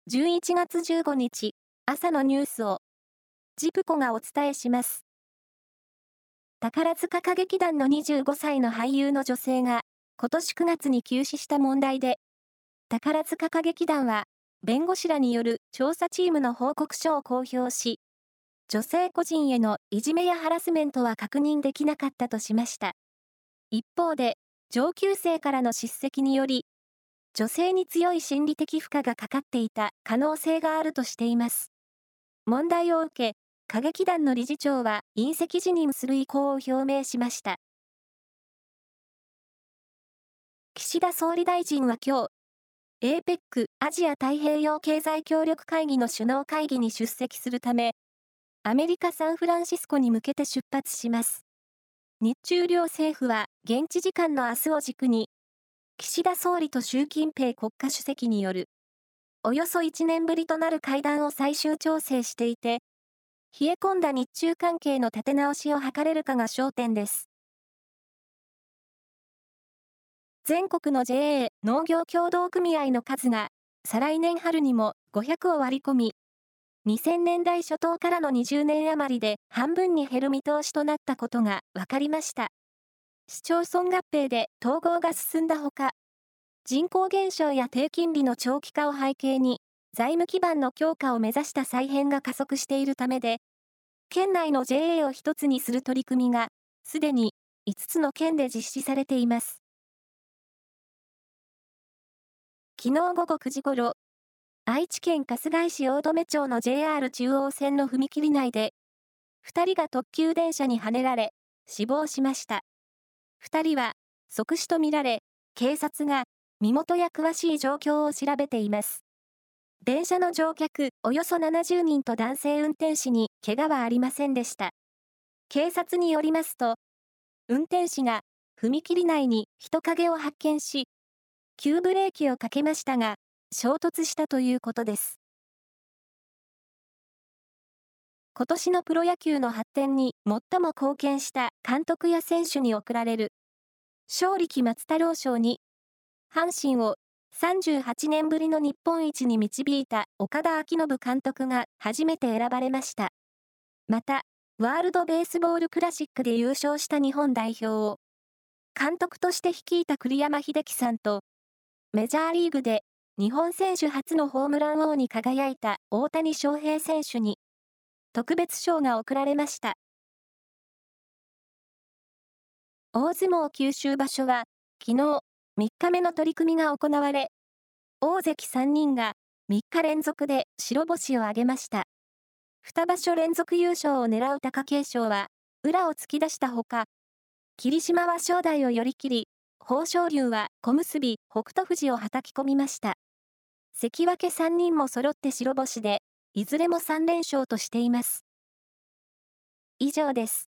11月15日、朝のニュースを、ジプコがお伝えします。宝塚歌劇団の25歳の俳優の女性が、今年9月に急死した問題で、宝塚歌劇団は、弁護士らによる調査チームの報告書を公表し、女性個人へのいじめやハラスメントは確認できなかったとしました。一方で、上級生からの叱責により、女性に強い心理的負荷がかかっていた可能性があるとしています。問題を受け、歌劇団の理事長は引責辞任する意向を表明しました。岸田総理大臣は今日、APEC アジア太平洋経済協力会議の首脳会議に出席するため、アメリカ・サンフランシスコに向けて出発します。日中両政府は現地時間の明日を軸に、岸田総理と習近平国家主席による、およそ1年ぶりとなる会談を最終調整していて、冷え込んだ日中関係の立て直しを図れるかが焦点です。全国の JA 農業協同組合の数が、再来年春にも500を割り込み、2000年代初頭からの20年余りで半分に減る見通しとなったことが分かりました。市町村合併で統合が進んだほか、人口減少や低金利の長期化を背景に、財務基盤の強化を目指した再編が加速しているためで、県内の JA を一つにする取り組みが、すでに5つの県で実施されています。昨日午後9時ごろ、愛知県春日井市大留町の JR 中央線の踏切内で、2人が特急電車にはねられ、死亡しました。2人は即死とみられ、警察が身元や詳しい状況を調べています。電車の乗客およそ70人と男性運転士に怪我はありませんでした。警察によりますと、運転士が踏切内に人影を発見し、急ブレーキをかけましたが、衝突したということです。今年のプロ野球の発展に最も貢献した監督や選手に贈られる、正力松太郎賞に、阪神を38年ぶりの日本一に導いた岡田彰布監督が初めて選ばれました。また、ワールドベースボールクラシックで優勝した日本代表を、監督として率いた栗山英樹さんと、メジャーリーグで日本選手初のホームラン王に輝いた大谷翔平選手に、特別賞が贈られました。大相撲九州場所は、昨日、3日目の取り組みが行われ、大関3人が3日連続で白星を挙げました。2場所連続優勝を狙う貴景勝は、裏を突き出したほか、霧島は正代を寄り切り、豊昇龍は小結北勝富士を叩き込みました。関脇3人も揃って白星で、いずれも3連勝としています。以上です。